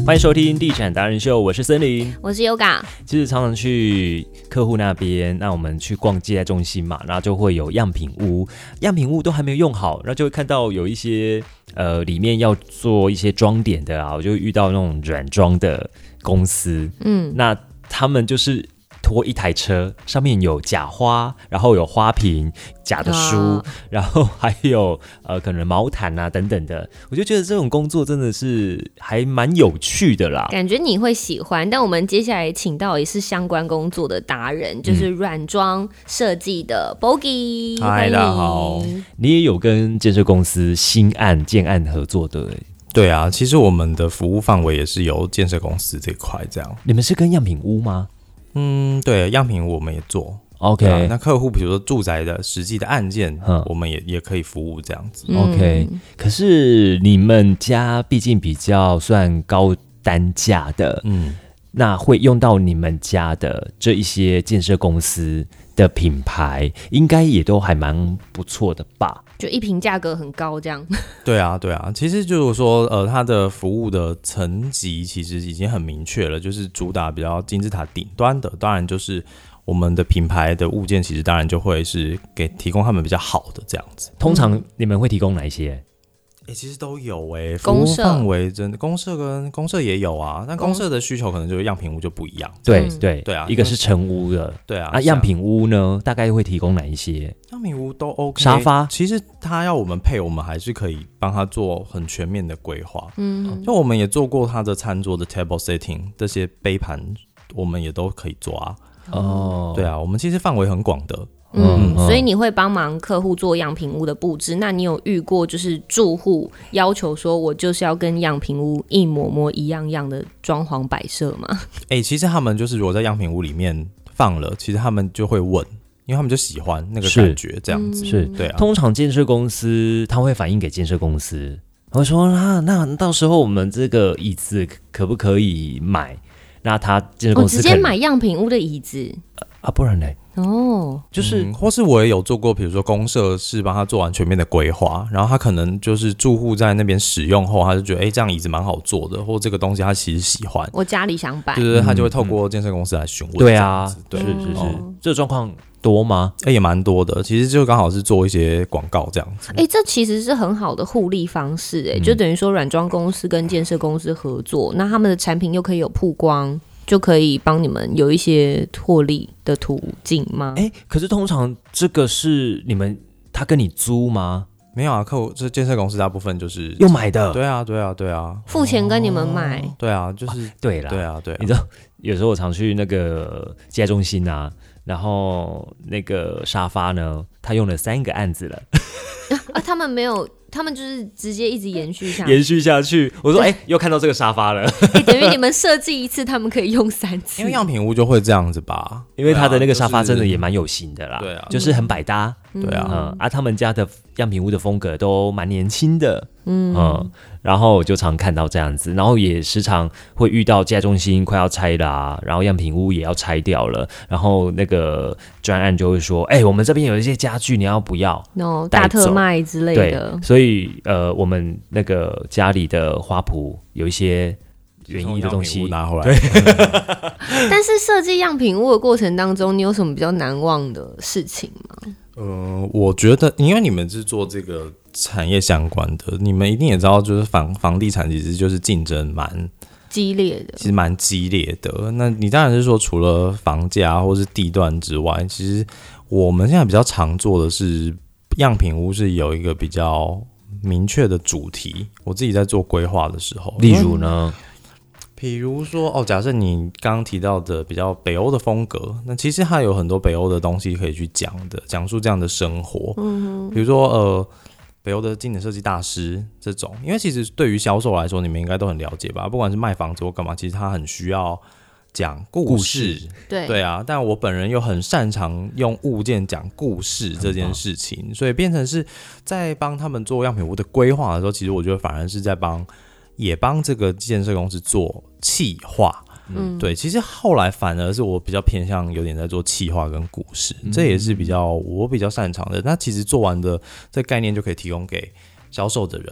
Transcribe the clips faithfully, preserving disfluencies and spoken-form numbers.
欢迎收听地产达人秀，我是森林， 我是 Yoga。 其实常常去客户那边，那我们去逛接待中心嘛，然后就会有样品屋，样品屋都还没有用好，然后就会看到有一些呃里面要做一些装点的啊，我就遇到那种软装的公司，嗯，那他们就是拖一台车，上面有假花，然后有花瓶、假的书，啊、然后还有呃可能毛毯啊等等的，我就觉得这种工作真的是还蛮有趣的啦。 感觉你会喜欢，但我们接下来请到也是相关工作的达人，就是软装设计的 Bogi。 嗨、嗯，大家好。你也有跟建设公司新案建案合作的？ 对啊，其实我们的服务范围也是由建设公司这块这样。 你们是跟样品屋吗？ 嗯，对，样品我们也做 ，OK、 啊。那客户比如说住宅的实际的案件，我们也也可以服务这样子、 嗯、，OK。可是你们家毕竟比较算高单价的，嗯，那会用到你们家的这一些建设公司的品牌，应该也都还蛮不错的吧？ 就一瓶价格很高这样。 对啊，对啊，其实就是说，呃，它的服务的层级其实已经很明确了，就是主打比较金字塔顶端的，当然就是我们的品牌的物件，其实当然就会是给提供他们比较好的这样子。 通常你们会提供哪一些？ 欸、其实都有哎、欸，服务范围真的，公社跟公社也有啊，但公社的需求可能就是样品屋就不一样。 对对对啊， 一个是成屋的， 对啊， 那、啊、样品屋呢，大概会提供哪一些？ 样品屋都 OK， 沙发其实他要我们配，我们还是可以帮他做很全面的规划。嗯，就我们也做过他的餐桌的 table setting， 这些杯盘我们也都可以做啊。哦，对啊，我们其实范围很广的。 嗯，所以你会帮忙客户做样品屋的布置，那你有遇过就是住户要求说我就是要跟样品屋一模模一样样的装潢摆设吗？ 哎、欸，其实他们就是如果在样品屋里面放了，其实他们就会问，因为他们就喜欢那个感觉这样子。 是， 对啊。 通常建设公司他会反映给建设公司，他会说啊，那到时候我们这个椅子可不可以买？那他建设公司我、哦、直接买样品屋的椅子啊，不然呢？ 哦， 就是、嗯，或是我也有做过，比如说公社是帮他做完全面的规划，然后他可能就是住户在那边使用后，他就觉得哎、欸，这样椅子蛮好做的，或这个东西他其实喜欢， 我家里想摆， 对对，他就会透过建设公司来询问、嗯。 对啊， 对， 是是是，哦、这个状况多吗？ 哎、欸，也蛮多的，其实就刚好是做一些广告这样子。 哎、欸，这其实是很好的互利方式、欸，哎、嗯，就等于说软装公司跟建设公司合作，那他们的产品又可以有曝光。就可以帮你们有一些获利的途径吗？ 哎、欸，可是通常这个是你们他跟你租吗？ 没有啊，客户这建设公司大部分就是又买的。 对啊，对啊，对啊， 付钱跟你们买。 哦、对啊，就是、 啊、对啦， 对啊，对啊。 你知道，有时候我常去那个接待中心啊，然后那个沙发呢，他用了三个案子了。 啊，他们没有。他们就是直接一直延续下去， 延续下去。我说，哎、欸，又看到这个沙发了。 欸、等于你们设计一次，他们可以用三次。 因为样品屋就会这样子吧， 因为他的那个沙发真的也蛮有型的啦， 对啊， 就是很百搭。 对啊， 嗯啊，他们家的样品屋的风格都蛮年轻的，嗯, 嗯，然后我就常看到这样子，然后也时常会遇到接待中心快要拆啦、啊，然后样品屋也要拆掉了，然后那个专案就会说，哎、欸，我们这边有一些家具，你要不要？ no 大特卖之类的。 对，所以呃，我们那个家里的花圃有一些园艺的东西拿回来。 对， 但是设计样品屋的过程当中，你有什么比较难忘的事情吗？ 呃，我觉得，因为你们是做这个产业相关的，你们一定也知道，就是房房地产其实就是竞争蛮激烈的， 其实蛮激烈的。那你当然是说，除了房价或是地段之外，其实我们现在比较常做的是样品屋，是有一个比较明确的主题。我自己在做规划的时候， 例如呢？ 比如说哦，假设你刚刚提到的比较北欧的风格，那其实它有很多北欧的东西可以去讲的，讲述这样的生活。嗯，比如说呃，北欧的经典设计大师这种，因为其实对于销售来说，你们应该都很了解吧？不管是卖房子或干嘛，其实它很需要讲故事。故事对对啊，但我本人又很擅长用物件讲故事这件事情，所以变成是在帮他们做样品屋的规划的时候，其实我觉得反而是在帮。也帮这个建设公司做企划，嗯，对，其实后来反而是我比较偏向有点在做企划跟故事，嗯，这也是比较我比较擅长的。那其实做完的这概念就可以提供给销售的人，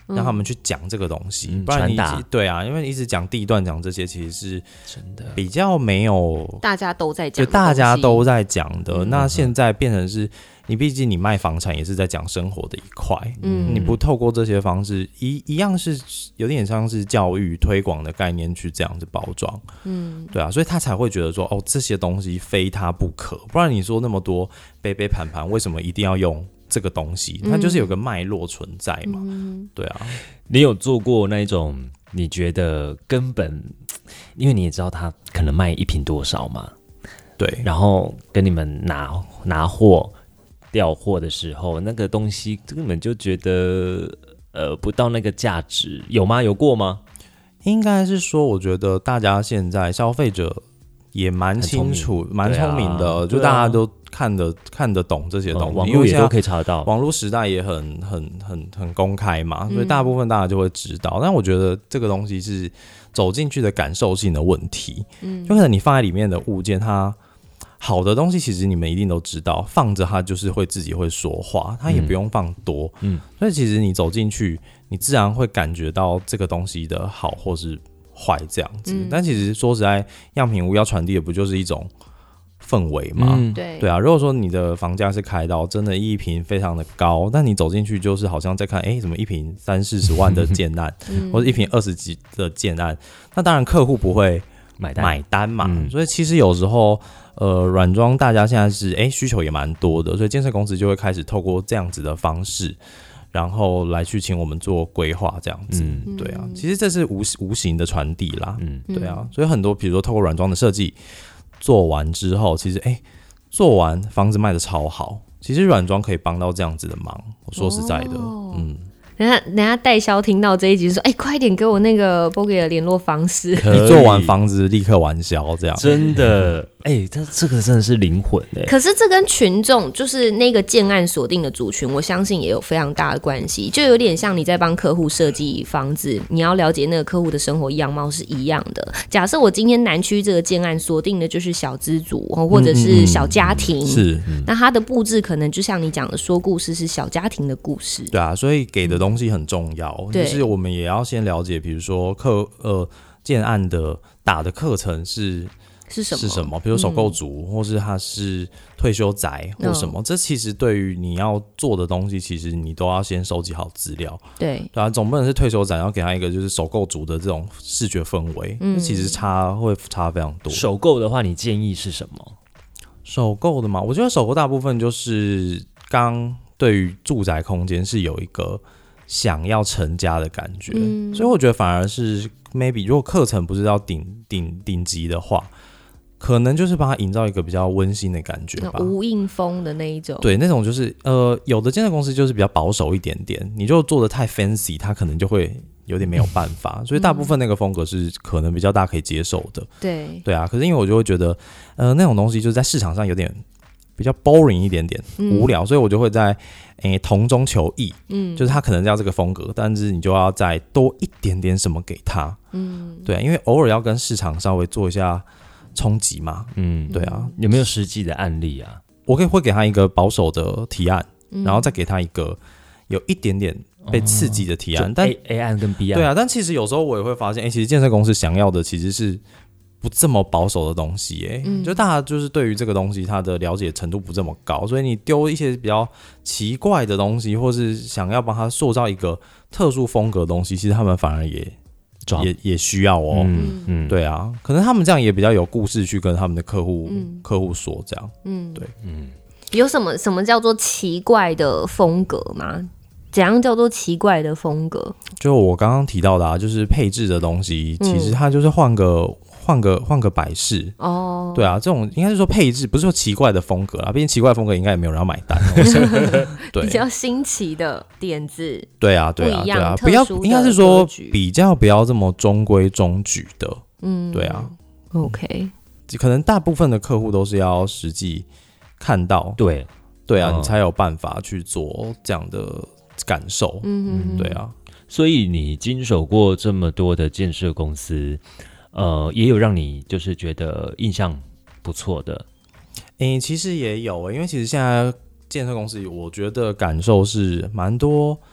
让他们去讲这个东西， 嗯、 不然你传达对啊，因为你一直讲地段讲这些，其实是真的比较没有大家都在讲， 就大家都在讲的。 嗯、 那现在变成是你毕竟你卖房产也是在讲生活的一块，嗯，你不透过这些方式，一一样是有点像是教育推广的概念去这样子包装，嗯，对啊，所以他才会觉得说，哦，这些东西非他不可，不然你说那么多杯杯盘盘，为什么一定要用这个东西？它就是有个脉络存在嘛，嗯、对啊。 你有做过那一种你觉得根本，因为你也知道他可能卖一瓶多少嘛， 对， 然后跟你们拿拿货调货的时候，那个东西根本就觉得呃不到那个价值，有吗？有过吗？ 应该是说，我觉得大家现在消费者也蛮清楚、蛮聪明的，啊、就大家都看得、啊、看得懂这些东西，嗯、 网络也都可以查得到。 网络时代也很、很、很、很公开嘛，所以大部分大家就会知道。嗯、但我觉得这个东西是走进去的感受性的问题，嗯，就可能你放在里面的物件，它。好的东西其实你们一定都知道，放着它就是会自己会说话，它也不用放多，嗯，所以其实你走进去，你自然会感觉到这个东西的好或是坏这样子。嗯、但其实说实在，样品屋要传递的不就是一种氛围吗？ 嗯、对对啊。如果说你的房价是开到真的一坪非常的高，但你走进去就是好像在看，哎、欸，怎么一坪三四十万的建案，嗯、或者一坪二十几的建案，那当然客户不会买单买单嘛。嗯、所以其实有时候。呃，软装大家现在是哎、欸、需求也蛮多的，所以建设公司就会开始透过这样子的方式，然后来去请我们做规划这样子。嗯、对啊，其实这是无无形的传递啦。嗯，对啊，所以很多比如说透过软装的设计做完之后，其实哎、欸、做完房子卖的超好，其实软装可以帮到这样子的忙。我说实在的，哦、嗯。 等下，等下，代销听到这一集就说：“哎、欸，快点给我那个 Bogi 的联络方式。” 你做完房子立刻完销，这样真的，哎、欸，这这个真的是灵魂哎、欸。 可是这跟群众就是那个建案锁定的族群，我相信也有非常大的关系，就有点像你在帮客户设计房子，你要了解那个客户的生活样貌是一样的。假设我今天南区这个建案锁定的就是小资族或者是小家庭，嗯嗯嗯是， 那它的布置可能就像你讲的，说故事是小家庭的故事。 对啊，所以给的东西。东西很重要，就是我们也要先了解，比如说课呃建案的打的课程是是什么？ 是什么？比如首购族，嗯、或是他是退休宅或什么，嗯、这其实对于你要做的东西，其实你都要先收集好资料。 对， 对啊，总不能是退休宅，然后给他一个就是首购族的这种视觉氛围，嗯，其实差会差非常多。 首购的话，你建议是什么？ 首购的嘛，我觉得首购大部分就是刚对于住宅空间是有一个。想要成家的感觉，嗯、所以我觉得反而是 maybe 如果课程不是要顶顶顶级的话，可能就是帮他营造一个比较温馨的感觉吧， 无印风的那一种。 对，那种就是呃，有的建设公司就是比较保守一点点，你就做的太 fancy， 他可能就会有点没有办法，嗯、所以大部分那个风格是可能比较大可以接受的。 对， 对啊，可是因为我就会觉得，呃，那种东西就是在市场上有点。比较 boring 一点点，无聊，嗯、所以我就会在诶同中求异，嗯，就是他可能要这个风格，但是你就要再多一点点什么给他，嗯，对，因为偶尔要跟市场稍微做一下冲击嘛，嗯，对啊， 有没有实际的案例啊？ 我可以会给他一个保守的提案，嗯、然后再给他一个有一点点被刺激的提案， 哦、 但 A, A 案跟 B 案， 对啊，但其实有时候我也会发现，哎、欸，其实建设公司想要的其实是。不这么保守的东西、欸，哎、嗯，就大家就是对于这个东西，它的了解程度不这么高，所以你丢一些比较奇怪的东西，或是想要帮他塑造一个特殊风格的东西，其实他们反而也也也需要哦，嗯嗯，对啊，可能他们这样也比较有故事去跟他们的客户、嗯、客户说这样，嗯，对， 嗯，有什么什么叫做奇怪的风格吗？怎样叫做奇怪的风格？ 就我刚刚提到的啊，就是配置的东西，其实它就是换个。换个换个摆饰哦，对啊，这种应该是说配置，不是说奇怪的风格啦，毕竟奇怪的风格应该也没有人要买单。对， 比较新奇的点子， 对啊，对啊，对啊，不要应该是说比较不要这么中规中矩的，嗯，对啊 ，OK， 可能大部分的客户都是要实际看到， 对， 对啊，嗯、你才有办法去做这样的感受，嗯，对啊， 所以你经手过这么多的建设公司。呃，也有让你就是觉得印象不错的， 诶、欸，其实也有，因为其实现在建设公司，我觉得感受是蛮多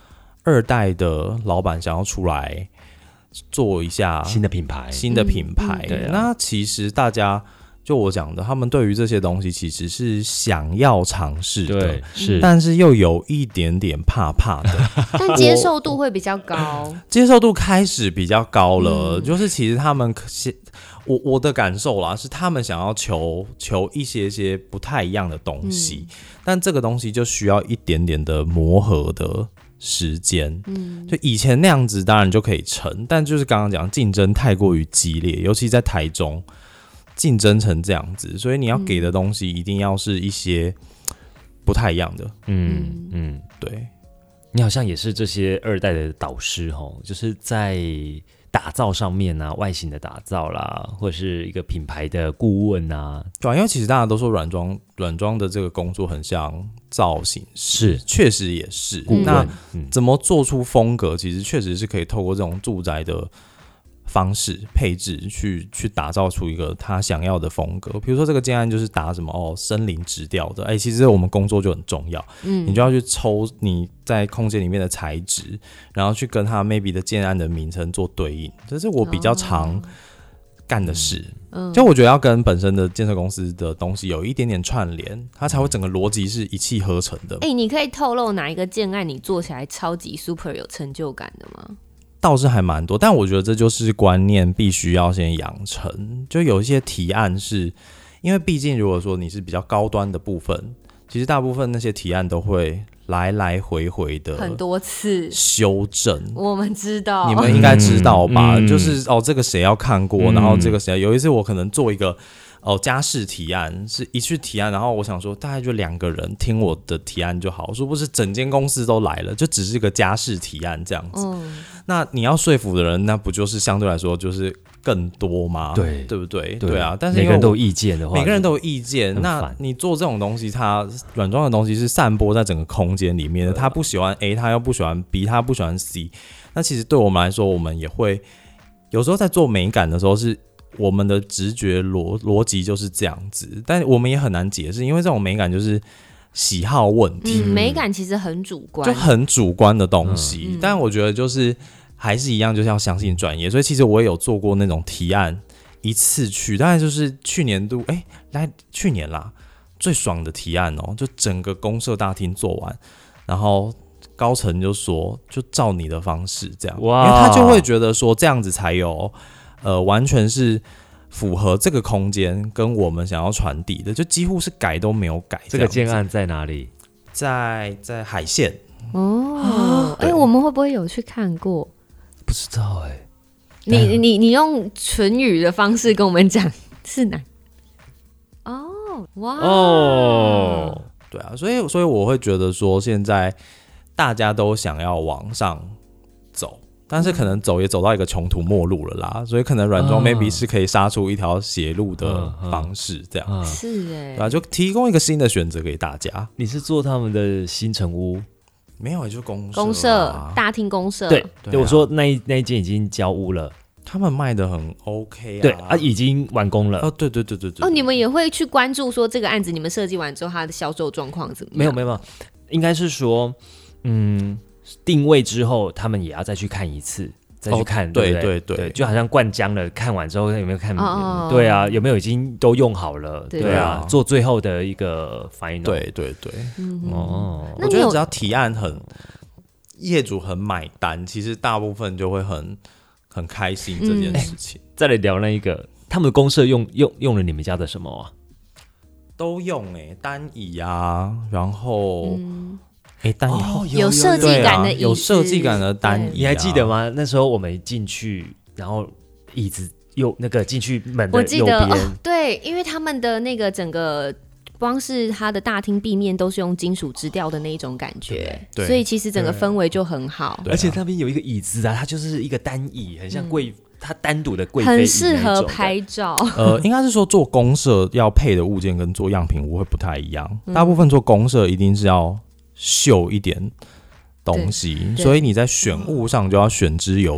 二代的老板想要出来做一下新的品牌， 新的品牌， 嗯嗯啊、 那其实大家就我讲的，他们对于这些东西其实是想要尝试的， 对，是， 但是又有一点点怕怕的， 但接受度会比较高， 接受度开始比较高了， 嗯、 就是其实他们我我的感受啦，是他们想要求求一些些不太一样的东西，嗯、但这个东西就需要一点点的磨合的时间。嗯，就以前那样子当然就可以成，但就是刚刚讲竞争太过于激烈，尤其在台中竞争成这样子，所以你要给的东西一定要是一些不太一样的。 嗯嗯， 对， 你好像也是这些二代的导师齁，就是在打造上面啊，外形的打造啦，或者是一个品牌的顾问啊， 对啊，因为其实大家都说软装软装的这个工作很像造型师， 是， 确实也是。 嗯、 那、嗯、怎么做出风格，其实确实是可以透过这种住宅的方式配置去去打造出一个他想要的风格。比如说这个建案就是打什么哦森林直调的，哎、欸，其实我们工作就很重要，嗯，你就要去抽你在空间里面的材质，然后去跟他 maybe 的建案的名称做对应，这是我比较常干的事。哦、就我觉得要跟本身的建设公司的东西有一点点串联，它才会整个逻辑是一气呵成的。 哎、欸，你可以透露哪一个建案你做起来超级 super 有成就感的吗？ 倒是还蛮多，但我觉得这就是观念必须要先养成。就有一些提案是，因为毕竟如果说你是比较高端的部分，其实大部分那些提案都会来来回回的很多次修正。 我们知道， 你们应该知道吧？ 嗯、 就是哦，这个谁要看过，嗯、然后这个谁有一次我可能做一个。哦，家事提案是一去提案，然后我想说大概就两个人听我的提案就好，殊不知整间公司都来了，就只是个家事提案这样子。嗯、那你要说服的人，那不就是相对来说就是更多吗？ 对， 对不对？ 对, 对啊，但是每个人都有意见的话， 每个人都有意见。那你做这种东西，它软装的东西是散播在整个空间里面的，他不喜欢 A， 他又不喜欢 B， 他不喜欢 C。那其实对我们来说，我们也会有时候在做美感的时候是。我们的直觉逻逻辑就是这样子，但我们也很难解释，因为这种美感就是喜好问题。 嗯、美感其实很主观， 就很主观的东西。 嗯、 但我觉得就是还是一样，就是要相信专业。所以其实我也有做过那种提案，一次去，大概就是去年度，哎、欸，来去年啦，最爽的提案哦，就整个公社大厅做完，然后高层就说，就照你的方式这样，哇，因为他就会觉得说这样子才有。呃，完全是符合这个空间跟我们想要传递的，就几乎是改都没有改。 这个建案在哪里？ 在在海线。 哦，哎、欸，我们会不会有去看过？ 不知道哎、欸。 你你你用唇语的方式跟我们讲是哪？哦，哇哦，对啊，所以所以我会觉得说，现在大家都想要往上走。但是可能走也走到一个穷途末路了啦，所以可能软装 maybe 是可以杀出一条血路的方式，这样、 嗯嗯、是哎、欸， 对啊，就提供一个新的选择给大家。 你是做他们的新成屋？ 没有，就公社、啊、 公社大厅公社。 对，对、啊，我说那一那一间已经交屋了， 他们卖的很 OK 啊， 对啊，已经完工了。 哦，对对对对对。 哦，你们也会去关注说这个案子你们设计完之后它的销售状况怎么样？ 没有没有，应该是说，嗯。定位之后，他们也要再去看一次，再去看，哦、对不 对, 对, 对, 对，就好像灌浆了，看完之后有没有看？哦、对啊，有没有已经都用好了？对, 对啊，做最后的一个 final。 对对对， 嗯、 哦，我觉得只要提案很业主很买单，其实大部分就会很很开心这件事情。 嗯、再来聊那一个，他们的公社用用用了你们家的什么啊？ 都用哎、欸，单椅啊，然后。嗯哎，单椅、 哦、有设计感的椅子， 啊、有设计感的单椅、啊， 你还记得吗？那时候我们进去，然后椅子右那个进去门的右边、 哦，对，因为他们的那个整个光是它的大厅壁面都是用金属织吊的那一种感觉， 对， 所以其实整个氛围就很好。 而且那边有一个椅子啊，它就是一个单椅，很像贵。嗯它单独的贵妃椅， 很适合拍照。 呃，应该是说做公社要配的物件跟做样品屋会不太一样。嗯、大部分做公社一定是要秀一点东西，所以你在选物上就要选之有理。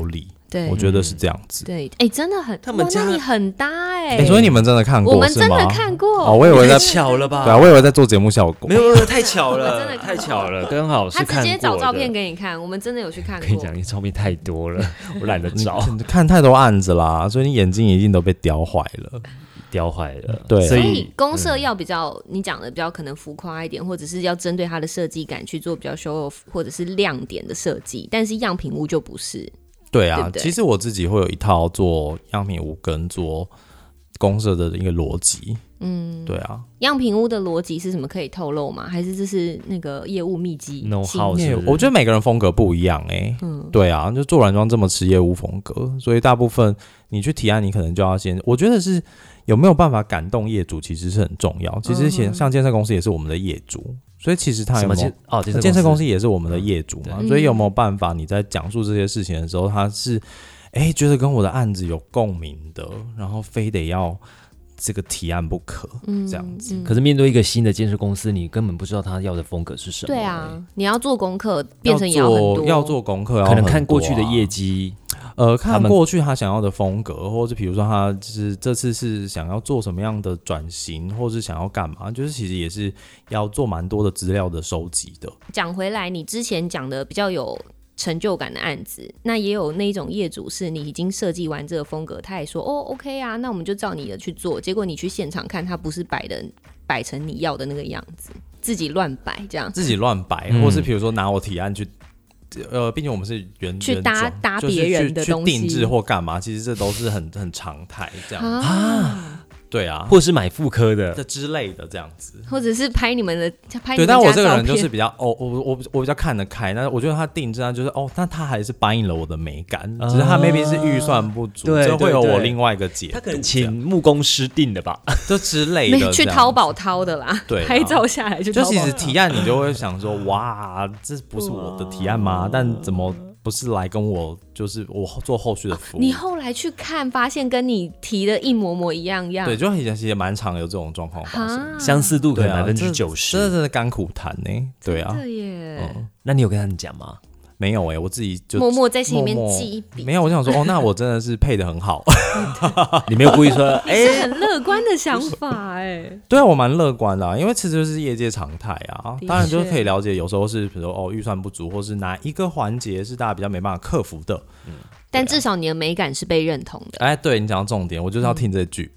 对， 我觉得是这样子。 对，哎、欸，真的很， 他们家那你很搭哎、 欸，所以你们真的看过？ 我们真的看过。 哦，我以为在太巧了吧？ 对啊，我以为在做节目效果。 没有，没有，太巧了， 真的太巧了，刚好是看过的。 他直接找照片给你看，我们真的有去看过。 跟你讲，你照片太多了，我懒得找。 看太多案子啦，所以你眼睛一定都被雕坏了。 雕坏了， 对、啊， 所以公社要比较、嗯、你讲的比较可能浮夸一点，或者是要针对它的设计感去做比较 show off 或者是亮点的设计，但是样品屋就不是。 对啊， 对对， 其实我自己会有一套做样品屋跟做公社的一个逻辑。嗯，对啊。 样品屋的逻辑是什么？可以透露吗？还是这是那个业务秘籍 ？No how， 我觉得每个人风格不一样哎、欸。嗯，对啊，就做软装这么吃业务风格，所以大部分你去提案，你可能就要先，我觉得是。有没有办法感动业主，其实是很重要。其实像建设公司也是我们的业主，所以其实他有没有哦， 建设公司也是我们的业主嘛，嗯、所以有没有办法你在讲述这些事情的时候，他是哎、欸、觉得跟我的案子有共鸣的，然后非得要这个提案不可，嗯、这样子、 嗯。可是面对一个新的建设公司，你根本不知道他要的风格是什么。 对啊，你要做功课，变成也要很多， 要做功课、啊， 可能看过去的业绩。 呃，看过去他想要的风格，或者比如说他就是这次是想要做什么样的转型，或是想要干嘛，就是其实也是要做蛮多的资料的收集的。 讲回来，你之前讲的比较有成就感的案子，那也有那种业主是你已经设计完这个风格，他也说哦 OK 啊，那我们就照你的去做，结果你去现场看，他不是摆的摆成你要的那个样子，自己乱摆这样， 自己乱摆，嗯、或是比如说拿我提案去。呃，毕竟我们是原去搭搭别人的东西， 去定制或干嘛，其实这都是很很常态这样啊。对啊， 或是买复刻的这之类的这样子， 或者是拍你们的拍你们家照片。 对，但我这个人就是比较哦，我我我比较看得开，但是我觉得他定制啊，就是哦，那他还是答应了我的美感，只是他 maybe 是预算不足， 对， 这会有我另外一个解读。 他可能请木工师定的吧， 这之类的， 去淘宝淘的啦， 对， 拍照下来就。 就其实提案你就会想说，哇，这不是我的提案吗？但怎么？不是来跟我，就是我做后续的服务。 你后来去看，发现跟你提的一模模一样样。 对，就以前其实蛮常有这种状况发生， 相似度可能百分之九十， 真的是甘苦谈呢。对啊， 真的耶、 嗯。那你有跟他们讲吗？ 没有哎、欸，我自己就默默在心里面记一笔。 没有，我想说，哦，那我真的是配得很好。 你没有故意说，哎、 欸，是很乐观的想法哎、欸。 对啊，我蛮乐观的、啊，因为其实就是业界常态啊。当然就可以了解，有时候是比如说哦预算不足，或是哪一个环节是大家比较没办法克服的。嗯， 但至少你的美感是被认同的。 哎，对你讲到重点，我就是要听这句。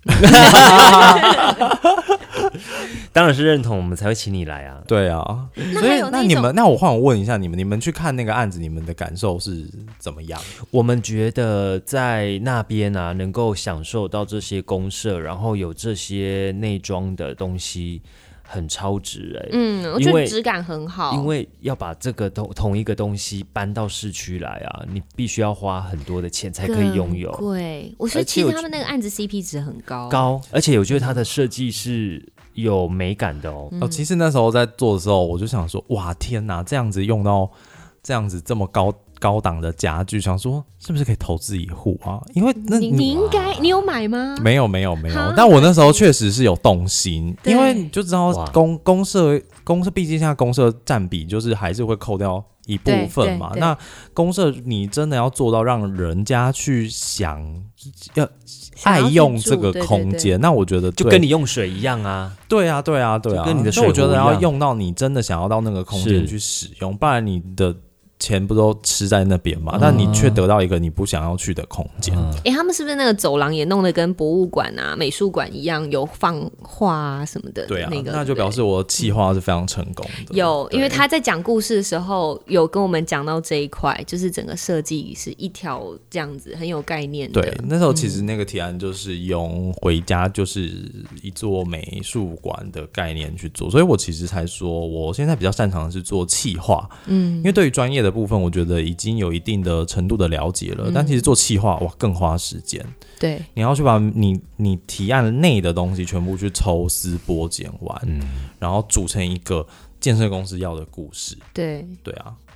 当然是认同，我们才会请你来啊。 对啊，所以那你们，那我换我问一下你们，你们去看那个案子，你们的感受是怎么样？ 我们觉得在那边啊，能够享受到这些公社，然后有这些内装的东西，很超值哎、欸。 嗯，我觉得质感很好。 因为要把这个同同一个东西搬到市区来啊，你必须要花很多的钱才可以拥有。 对，我觉得其实他们那个案子 C P 值很高， 高，而且我觉得它的设计是有美感的哦。 嗯、哦，其实那时候在做的时候，我就想说，哇，天哪，这样子用到这样子这么高高档的家具，想说是不是可以投资一户啊？因为那你, 你应该你有买吗？ 没有没有没有，但我那时候确实是有动心，因为你就知道公公社公社，毕竟现在公社占比就是还是会扣掉一部分嘛。那公社你真的要做到让人家去想要爱用这个空间，对对对，那我觉得就跟你用水一样啊。 对啊对啊对啊， 跟你的水壶一样。 我觉得要用到你真的想要到那个空间去使用，不然你的钱不都吃在那边嘛？嗯、但你却得到一个你不想要去的空间。哎、 嗯欸，他们是不是那个走廊也弄得跟博物馆啊、美术馆一样，有放画啊什么的？ 对啊， 那个那就表示我企划是非常成功的。 有，因为他在讲故事的时候有跟我们讲到这一块，就是整个设计是一条这样子很有概念的。 对，那时候其实那个提案就是用回家就是一座美术馆的概念去做，所以我其实才说我现在比较擅长的是做企划，嗯，因为对于专业的部分，我觉得已经有一定的程度的了解了，嗯、但其实做企划哇更花时间。 对， 你要去把你你提案内的东西全部去抽丝剥茧完，嗯，然后组成一个建设公司要的故事。 对， 对啊。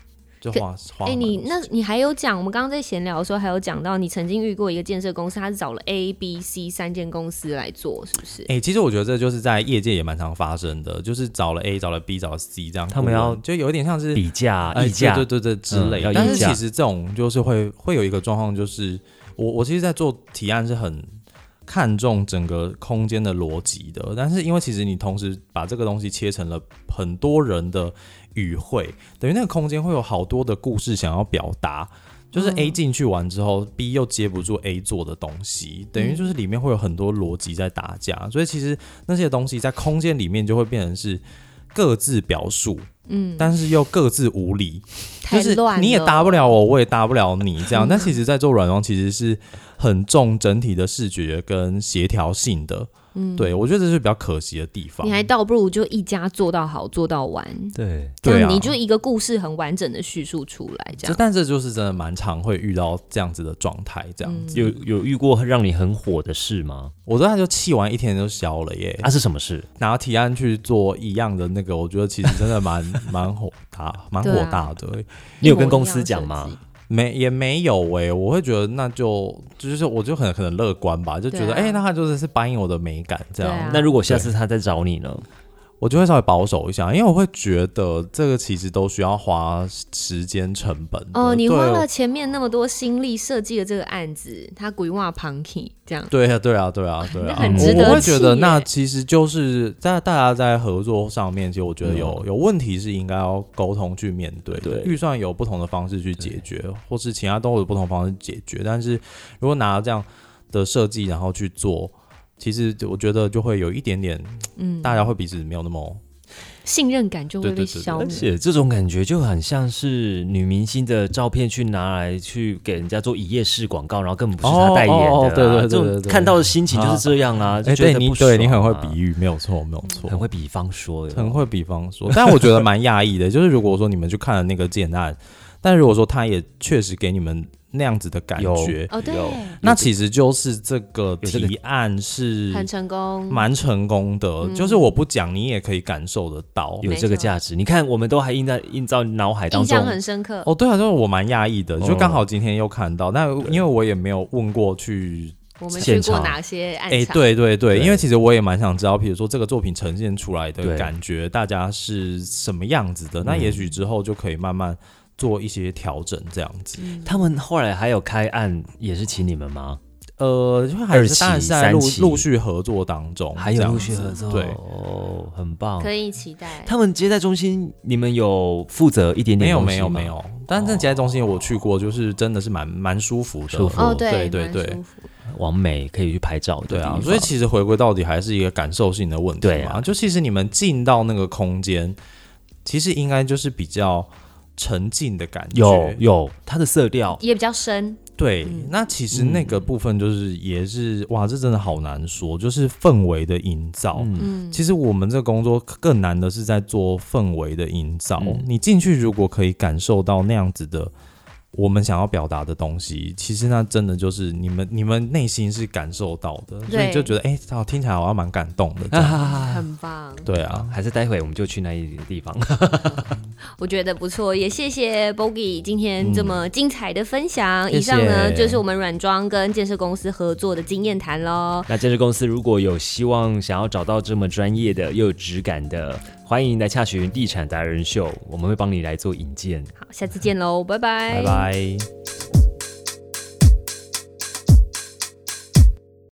就花花。哎、 欸，你那你还有讲，我们刚刚在闲聊的时候还有讲到，你曾经遇过一个建设公司，他是找了 A、B、C 三间公司来做，是不是？ 哎、欸，其实我觉得这就是在业界也蛮常发生的，就是找了 A、找了 B、找了 C 这样， 他们要就有点像是比价、议、 呃、 价， 对对对对之类的、嗯。但是其实这种就是会会有一个状况，就是我我其实，在做提案是很看重整个空间的逻辑的，但是因为其实你同时把这个东西切成了很多人的语汇，等于那个空间会有好多的故事想要表达。就是 A 进去完之后、嗯、B 又接不住 A 做的东西，等于就是里面会有很多逻辑在打架、嗯，所以其实那些东西在空间里面就会变成是各自表述，嗯，但是又各自无理，就是你也答不了我，我也答不了你这样。嗯、但其实，在做软装其实是很重整体的视觉跟协调性的。嗯，对，我觉得这是比较可惜的地方。 你还倒不如就一家做到好，做到完。 对， 对啊，你就一个故事很完整的叙述出来，这样。 但这就是真的蛮常会遇到这样子的状态，这样子。 嗯、有有遇过让你很火的事吗？ 我大概就气完一天就消了耶。 啊，是什么事？ 拿提案去做一样的那个，我觉得其实真的蛮蛮火大，蛮火大的、啊。 你有跟公司讲吗？ 没也没有哎、欸，我会觉得那就就是我就很可能乐观吧，就觉得哎、啊欸，那他就是是反映我的美感这样、啊。 那如果下次他再找你呢？ 我就会稍微保守一下，因为我会觉得这个其实都需要花时间成本的。 哦，你花了前面那么多心力设计了这个案子，他鬼话 punky 这样。 对啊，对啊，对啊，对啊， 很值得。 我会觉得那其实就是在大家在合作上面，其实我觉得有、嗯、有问题是应该要沟通去面对的。预算有不同的方式去解决，或是其他都有不同方式解决。但是如果拿这样的设计然后去做。其实我觉得就会有一点点，嗯，大家会彼此没有那么信任感就会被消磨， 而且这种感觉就很像是女明星的照片去拿来去给人家做一页式广告，然后根本不是她代言的、啊， 哦哦哦、对对对对对， 这种看到的心情就是这样啊。哎、啊， 对你对你很会比喻，没有错，没有错， 很会比方说， 很会比方说。但我觉得蛮讶异的，就是如果说你们去看了那个建案，但如果说他也确实给你们那样子的感觉， 哦，对， 那其实就是这个提案是很成功， 蛮成功的、嗯。就是我不讲，你也可以感受得到有这个价值。你看，我们都还印在印在脑海当中， 印象很深刻。 哦，对啊，就是我蛮讶异的，就刚好今天又看到。那、嗯、因为我也没有问过去。 我们去过哪些案场？哎、欸， 对对 对, 对，因为其实我也蛮想知道，比如说这个作品呈现出来的感觉，大家是什么样子的。那也许之后就可以慢慢做一些调整，这样子、 嗯。他们后来还有开案，也是请你们吗？ 呃，就还是当然是在陆陆续合作当中， 还有陆续合作， 对， 哦，很棒， 可以期待。 他们接待中心，你们有负责一点点？ 没有，没有，没有。但是接待中心我去过，就是真的是蛮蛮舒服的， 舒服， 哦， 对对对对。 完美可以去拍照的， 对啊，所以其实回归到底还是一个感受性的问题嘛。 对啊， 就其实你们进到那个空间，其实应该就是比较沉浸的感觉， 有有它的色调也比较深。 对、嗯，那其实那个部分就是也是、嗯、哇，这真的好难说，就是氛围的营造。嗯，其实我们这个工作更难的是在做氛围的营造。嗯、你进去如果可以感受到那样子的。我们想要表达的东西，其实那真的就是你们你们内心是感受到的，所以就觉得哎，欸、听起来好像蛮感动的这样、 啊，很棒。 对啊， 还是待会我们就去那一个地方。 我觉得不错，也谢谢 Bogi 今天这么精彩的分享。嗯、以上呢就是我们软装跟建设公司合作的经验谈咯。 那建设公司如果有希望想要找到这么专业的又有质感的，欢迎来洽询地产达人秀，我们会帮你来做引荐。 好，下次见喽，拜拜， 拜拜。